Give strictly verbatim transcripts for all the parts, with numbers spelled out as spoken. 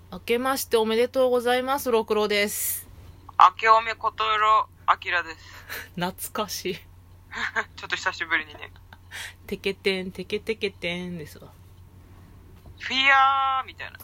明けましておめでとうございます。ろくろです。 明けおめことよろあきらです。 懐かしい。 ちょっと久しぶりにね。 てけてんてけてけてんですわ。 フィアーみたいな。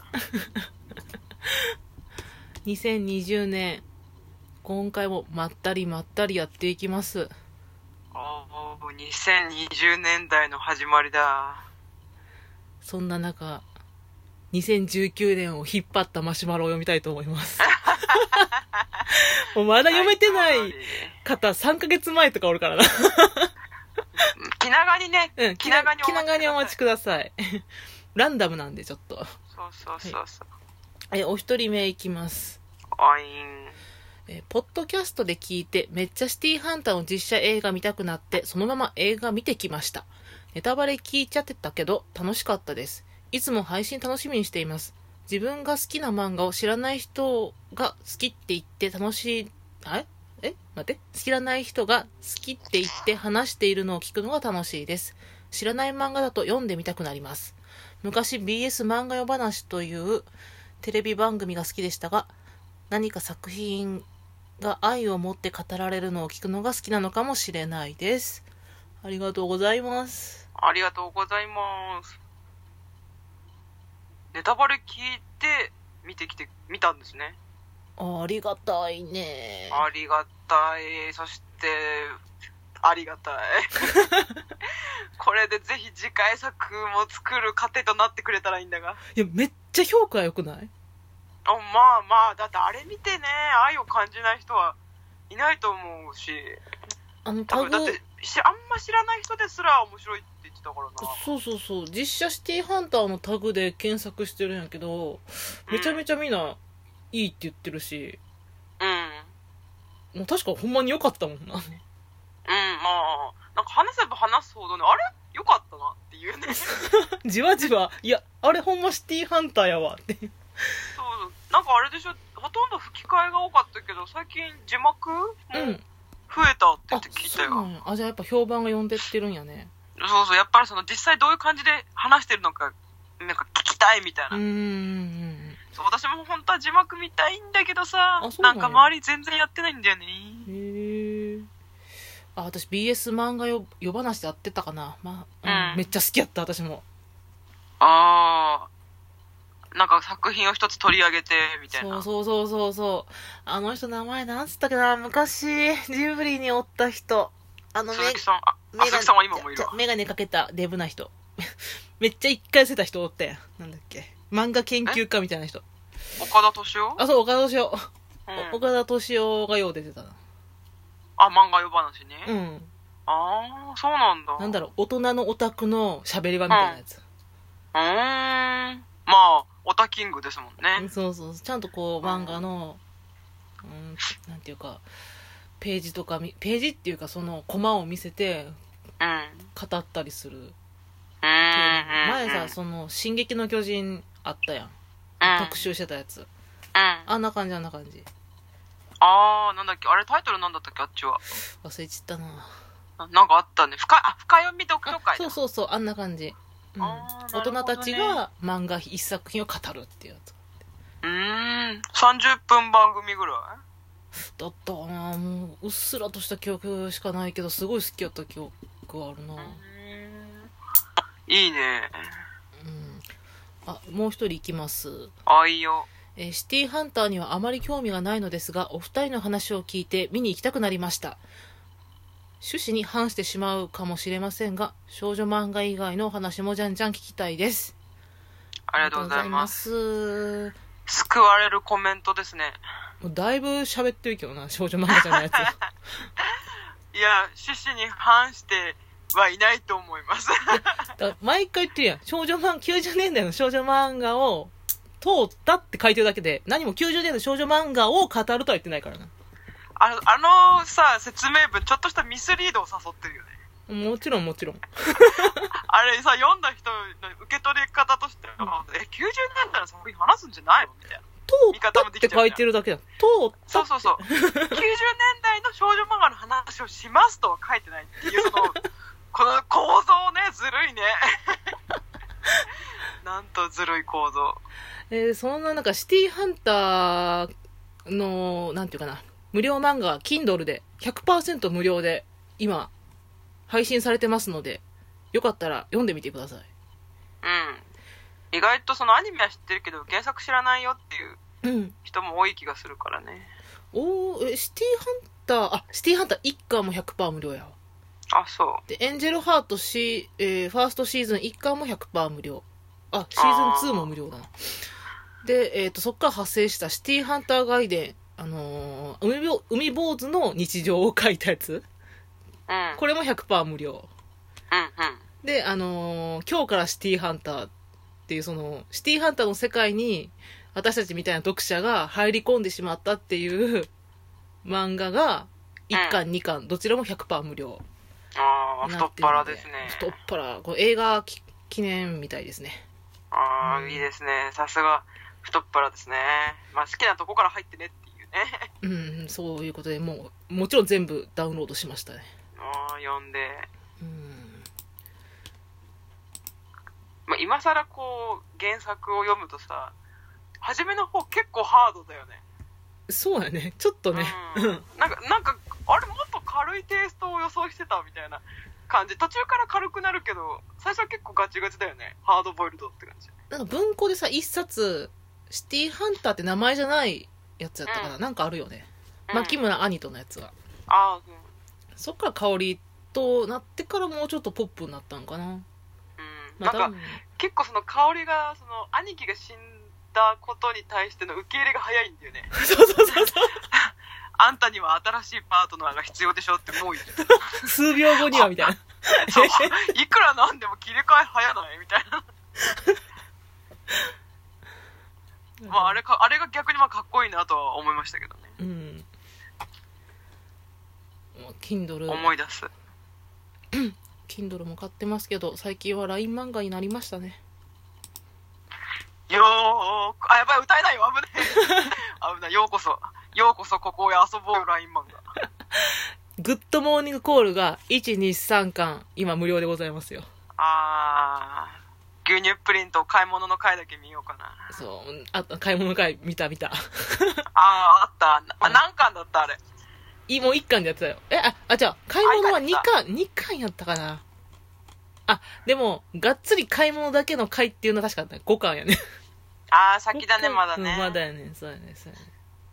にせんにじゅうねん、今回もまったりまったりやっていきます。 おー、にせんにじゅうねんだいの始まりだ。 そんな中、にせんじゅうきゅうねんを引っ張ったマシュマロを読みたいと思います。もうまだ読めてない方さんかげつまえとかおるからな。 気長にね、 うん、気長にお待ちください。ランダムなんでちょっと。 そうそうそうそう。 はい、えお一人目いきます。 おいん。 えポッドキャストで聞いてめっちゃシティハンターの実写映画見たくなってそのまま映画見てきました。ネタバレ聞いちゃってたけど楽しかったです。いつも配信楽しみにしています。自分が好きな漫画を知らない人が好きって言って楽しい、あれえ待って。知らない人が好きって言って話しているのを聞くのが楽しいです。知らない漫画だと読んでみたくなります。昔 ビーエス 漫画よ話というテレビ番組が好きでしたが、何か作品が愛を持って語られるのを聞くのが好きなのかもしれないです。ありがとうございます。 ありがとうございます。ネタバレ聞いて見てきて見たんですね。 あ、ありがたいね。 ありがたい。そしてありがたい。これでぜひ次回作も作る糧となってくれたらいいんだが。 いや、めっちゃ評価良くない？ あ、まあまあ、だってあれ見てね、愛を感じない人はいないと思うし、 あのタグ、 だってしあんま知らない人ですら面白いって言ってたからな。 そうそうそう、実写シティハンターのタグで検索してるんやけど、めちゃめちゃみんないいって言ってるし、 うん。 もう確かほんまに良かったもんな。 うん、まあ、なんか話せば話すほどね、あれ良かったなっていうね。 じわじわ、いや、あれほんまシティハンターやわって。 そう、なんかあれでしょ、ほとんど吹き替えが多かったけど、最近字幕も増えたって言って聞いたよ。 うん、あ、そうなんや。あ、じゃあやっぱ評判が読んでってるんやね。 そうそう、やっぱりその実際どういう感じで話してるのか、なんか聞きたいみたいな。 うーん。 そう、私も本当は字幕見たいんだけどさ、 あ、そうなんや。 なんか周り全然やってないんだよね。 へー。あ、私 ビーエス 漫画よ夜話でやってたかな、まあ、うん、めっちゃ好きやった私も。 ああ、なんか作品を一つ取り上げてみたいな。 そうそうそうそうそう。あの人名前なんつったっけな、昔ジブリにおった人。あの鈴木さん、あ、鈴木さんは今もいるわ。 メガネかけたデブな人。めっちゃ一回捨てた人おったやん。なんだっけ、漫画研究家みたいな人。 岡田敏夫？ あ、そう、岡田敏夫。 うん、 岡田敏夫がよう出てたな。 あ、漫画夜話ね。 うん。 ああ、そうなんだ。 なんだろう、大人のオタクの喋り場みたいなやつ。 うーん。まあ、オタキングですもんね。 そうそう。ちゃんとこう、漫画の、うん、なんていうか、ページとか、ページっていうかその、コマを見せて、 うん。 語ったりする。 うん。 前さ、その、進撃の巨人あったやん。うん、特集してたやつ。うん。あんな感じ、あんな感じ。 あー、なんだっけ、あれタイトルなんだったっけ、あっちは。 忘れちったな。 なんかあったね。深、あ、深読み読書会。 そうそうそう、あんな感じ。うん、大人たちが漫画一作品を語るっていうやつ。 うーん、さんじゅっぷん番組ぐらいだったかな。もううっすらとした記憶しかないけど、すごい好きやった記憶があるな。うーん、いいね。 うん。あ、もう一人いきます。 あ、いいよ。 えー、シティハンターにはあまり興味がないのですが、お二人の話を聞いて見に行きたくなりました。趣旨に反してしまうかもしれませんが、少女漫画以外のお話もじゃんじゃん聞きたいです。 ありがとうございます。 ありがとうございます。 救われるコメントですね。 もうだいぶ喋ってるけどな、少女漫画じゃないやつ。 いや、趣旨に反してはいないと思います。 だ毎回言ってるやん。少女漫画、きゅうじゅうねんだいの少女漫画を通ったって書いてるだけで、何もきゅうじゅうねんだいの少女漫画を語るとは言ってないからな。 あの、あのさ、説明文、ちょっとしたミスリードを誘ってるよね。もちろんもちろん。 あれさ、読んだ人の受け取り方としては、え、きゅうじゅうねんだいの作品話すんじゃないのみたいな。 通ったって書いてるだけだ。通ったって。 そうそうそう。きゅうじゅうねんだいの少女漫画の話をしますとは書いてないっていう、その、この構造ね、ずるいね。 なんとずるい構造。 えー、そんななんかシティハンターのなんていうかな、無料漫画 Kindle で ひゃくパーセント 無料で今配信されてますので、よかったら読んでみてください。 うん。意外とそのアニメは知ってるけど原作知らないよっていう人も多い気がするからね。 うん、おー、えシティハンター、あ、シティハンターいっかんも ひゃくパーセント 無料やわ。 あ、そう。 で、エンジェルハートシ、えー、ファーストシーズンいっかんも ひゃくパーセント 無料。あ、シーズンツーも無料だな。で、えっ、ー、と、そっから派生したシティハンター外伝、あのー、海ぼ海坊主の日常を書いたやつ。 うん。 これも ひゃくパーセント 無料。 うんうん。 で、あのー、今日からシティハンターっていうその、シティハンターの世界に私たちみたいな読者が入り込んでしまったっていう漫画がいっかん、うん、にかん、どちらも ひゃくパーセント 無料。 ああ、太っ腹ですね。 太っ腹。これ映画記念みたいですね。 ああ、うん、いいですね。さすが太っ腹ですね。まあ好きなとこから入ってねっていうね。うん、そういうことで、もうもちろん全部ダウンロードしましたね。 ああ、読んで。 うん。 まあ今更こう原作を読むとさ、初めの方結構ハードだよね。 そうやね、ちょっとね。 うん、なんかなんかあれもっと軽いテイストを予想してたみたいな感じ。途中から軽くなるけど最初は結構ガチガチだよね。ハードボイルドって感じ。 なんか文庫でさ、一冊シティハンターって名前じゃないやつやったかな、うん、なんかあるよね、うん、牧村兄とのやつが。 ああ、うん、 そっから香りとなってからもうちょっとポップになったんかな。うん、 まあ、なんか結構その香りがその兄貴が死んだことに対しての受け入れが早いんだよね。 そうそうそうそうあんたには新しいパートナーが必要でしょってもう言う数秒後にはみたいなそういくらなんでも切り替え早ないみたいなまああれか、あれが逆にまあかっこいいなとは思いましたけどね。うん。 Kindle 思い出す Kindle も買ってますけど、最近は ライン 漫画になりましたね。 よーあ、やばい、歌えないよ、危ない危ない、ようこそようこそここへ遊ぼう ライン 漫画グッドモーニングコールがいち、に、さんかん今無料でございますよ。 あー、牛乳プリンと買い物の回だけ見ようかな。 そう、あ、買い物の回見た見たあー、あったあ、何巻だったあれ。 いもういっかんでやってたよ。え、あ、あ、じゃあ買い物はにかん、にかんやったかな。あ、でもがっつり買い物だけの回っていうのは確かごかんやね。 あー、先だね、まだね、 うん、まだやね。そうやね、そうやね。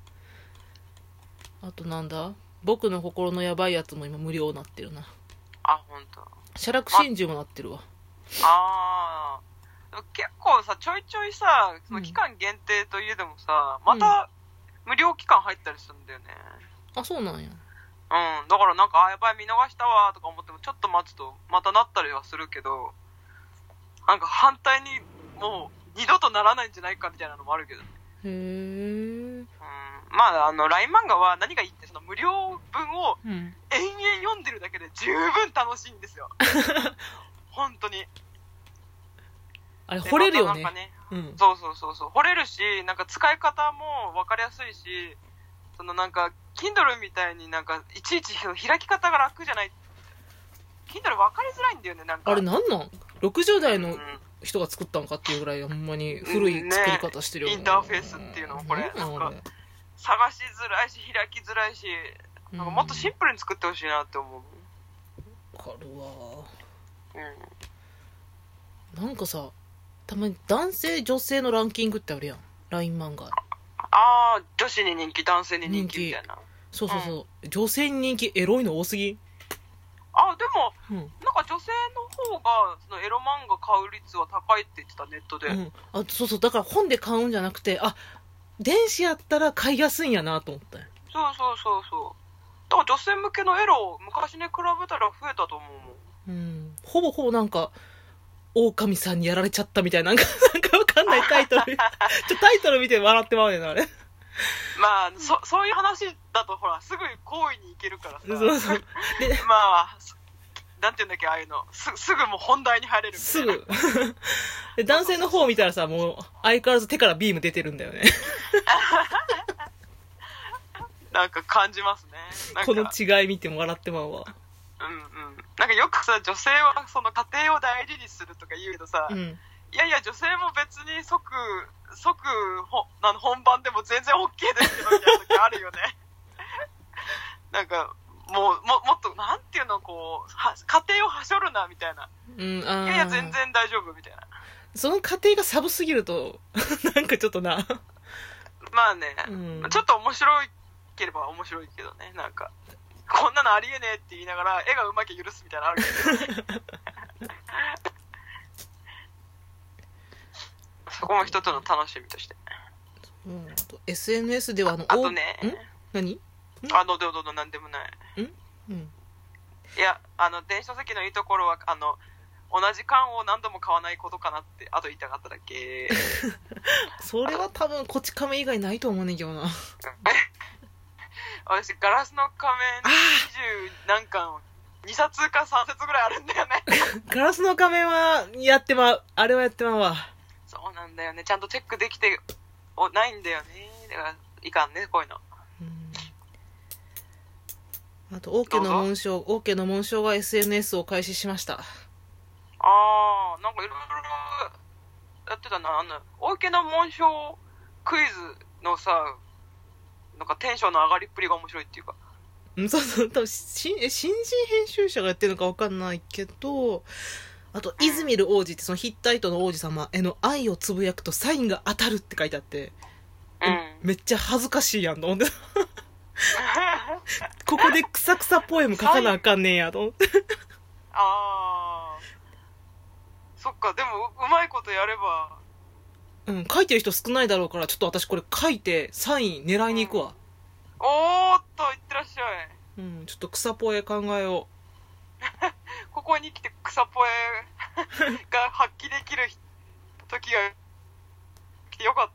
あとなんだ、僕の心のやばいやつも今無料になってるな。 あ、ほんと。 写楽真珠もなってるわ。 あー、結構さ、ちょいちょいさ、その期間限定といえどもさ、うん、また無料期間入ったりするんだよね。 あ、そうなんや。 うん、だからなんか、あ、やばい見逃したわとか思ってもちょっと待つとまたなったりはするけど、なんか反対にもう二度とならないんじゃないかみたいなのもあるけどね。 へー。 うん、まああの ライン 漫画は何がいいって、その無料分を延々読んでるだけで十分楽しいんですよ本当にあれ惚れるよね。 なんかね、うん、そうそうそうそう、惚れるし、なんか使い方も分かりやすいし、そのなんか Kindle みたいになんかいちいち開き方が楽じゃない。 Kindle 分かりづらいんだよね。なんかあれなんなん、ろくじゅう代の人が作ったんかっていうぐらいほんまに古い作り方してるよ、 ね、インターフェースっていうのもこれなんか探しづらいし開きづらいし、なんかもっとシンプルに作ってほしいなって思う。 わかるわ。 うん。 なんかさ、たまに男性女性のランキングってあるやん、 ライン 漫画。 あー、女子に人気男性に人気みたいな。 そうそうそう、うん、女性に人気エロいの多すぎ。 あ、でも、うん、なんか女性の方がそのエロ漫画買う率は高いって言ってた、ネットで。うん、 あ、そうそう、だから本で買うんじゃなくて、あ、電子やったら買いやすいんやなと思ったよ。 そうそうそうそう、だから女性向けのエロ昔に比べたら増えたと思うもん。 うん、ほぼほぼなんか狼さんにやられちゃったみたいな、なんかなんかわかんないタイトルちょタイトル見て笑ってまうねんな、あれ。 まあ そ, そういう話だとほらすぐ行為に行けるからさ。 そうそうでまあなんていうんだっけ、ああいうの す, すぐもう本題に入れるみたいな。 すぐで男性の方見たらさ、もう相変わらず手からビーム出てるんだよねなんか感じますね。なんかこの違い見ても笑ってまうわ。 うんうん、なんかよくさ、女性はその家庭を大事にするとか言うけどさ、うん、 いやいや女性も別に即即ほあの本番でも全然 OK ですけどみたいな時あるよねなんかもう も, もっとなんていうのこうは家庭をはしょるなみたいな、 うん、あいやいや全然大丈夫みたいな、 その過程がサブすぎるとなんかちょっとなまあね、うん、ちょっと面白いければ面白いけどね、なんかこんなのありえねえって言いながら絵がうまきゃ許すみたいなのあるけどそこも一つの楽しみとして、 うん、あと エスエヌエス ではあのあとねん何あのどうどうどうなんでもないん、うん、 いやあの電子書籍のいいところはあの同じ缶を何度も買わないことかなってあと言いたかっただけそれは多分こち亀以外ないと思うねんけどな私ガラスの仮面にじゅう何巻にさつかさんさつぐらいあるんだよねガラスの仮面はやってまう、あれはやってまうわ。 そうなんだよね、ちゃんとチェックできておないんだよね、だからいかんねこういうの。 あとオーケーの紋章、オーケーの紋章が エスエヌエス を開始しました。 あーなんかいろいろやってたな、あのオーケーの紋章クイズのさなんかテンションの上がりっぷりが面白いっていうか、 うん、そうそう、多分新新人編集者がやってるのか分かんないけど、あと、イズミル王子ってそのヒッタイトの王子様への愛をつぶやくとサインが当たるって書いてあって、うん、めっちゃ恥ずかしいやんと思ってここでクサクサポエム書かなあかんねんやと思ってあーそっか、でもうまいことやれば、 うん、書いてる人少ないだろうから、ちょっと私これ書いてサイン狙いに行くわ、うん、 おーっといってらっしゃい、 うん、ちょっと草ポエ考えようここに来て草ポエが発揮できる時が来てよかった。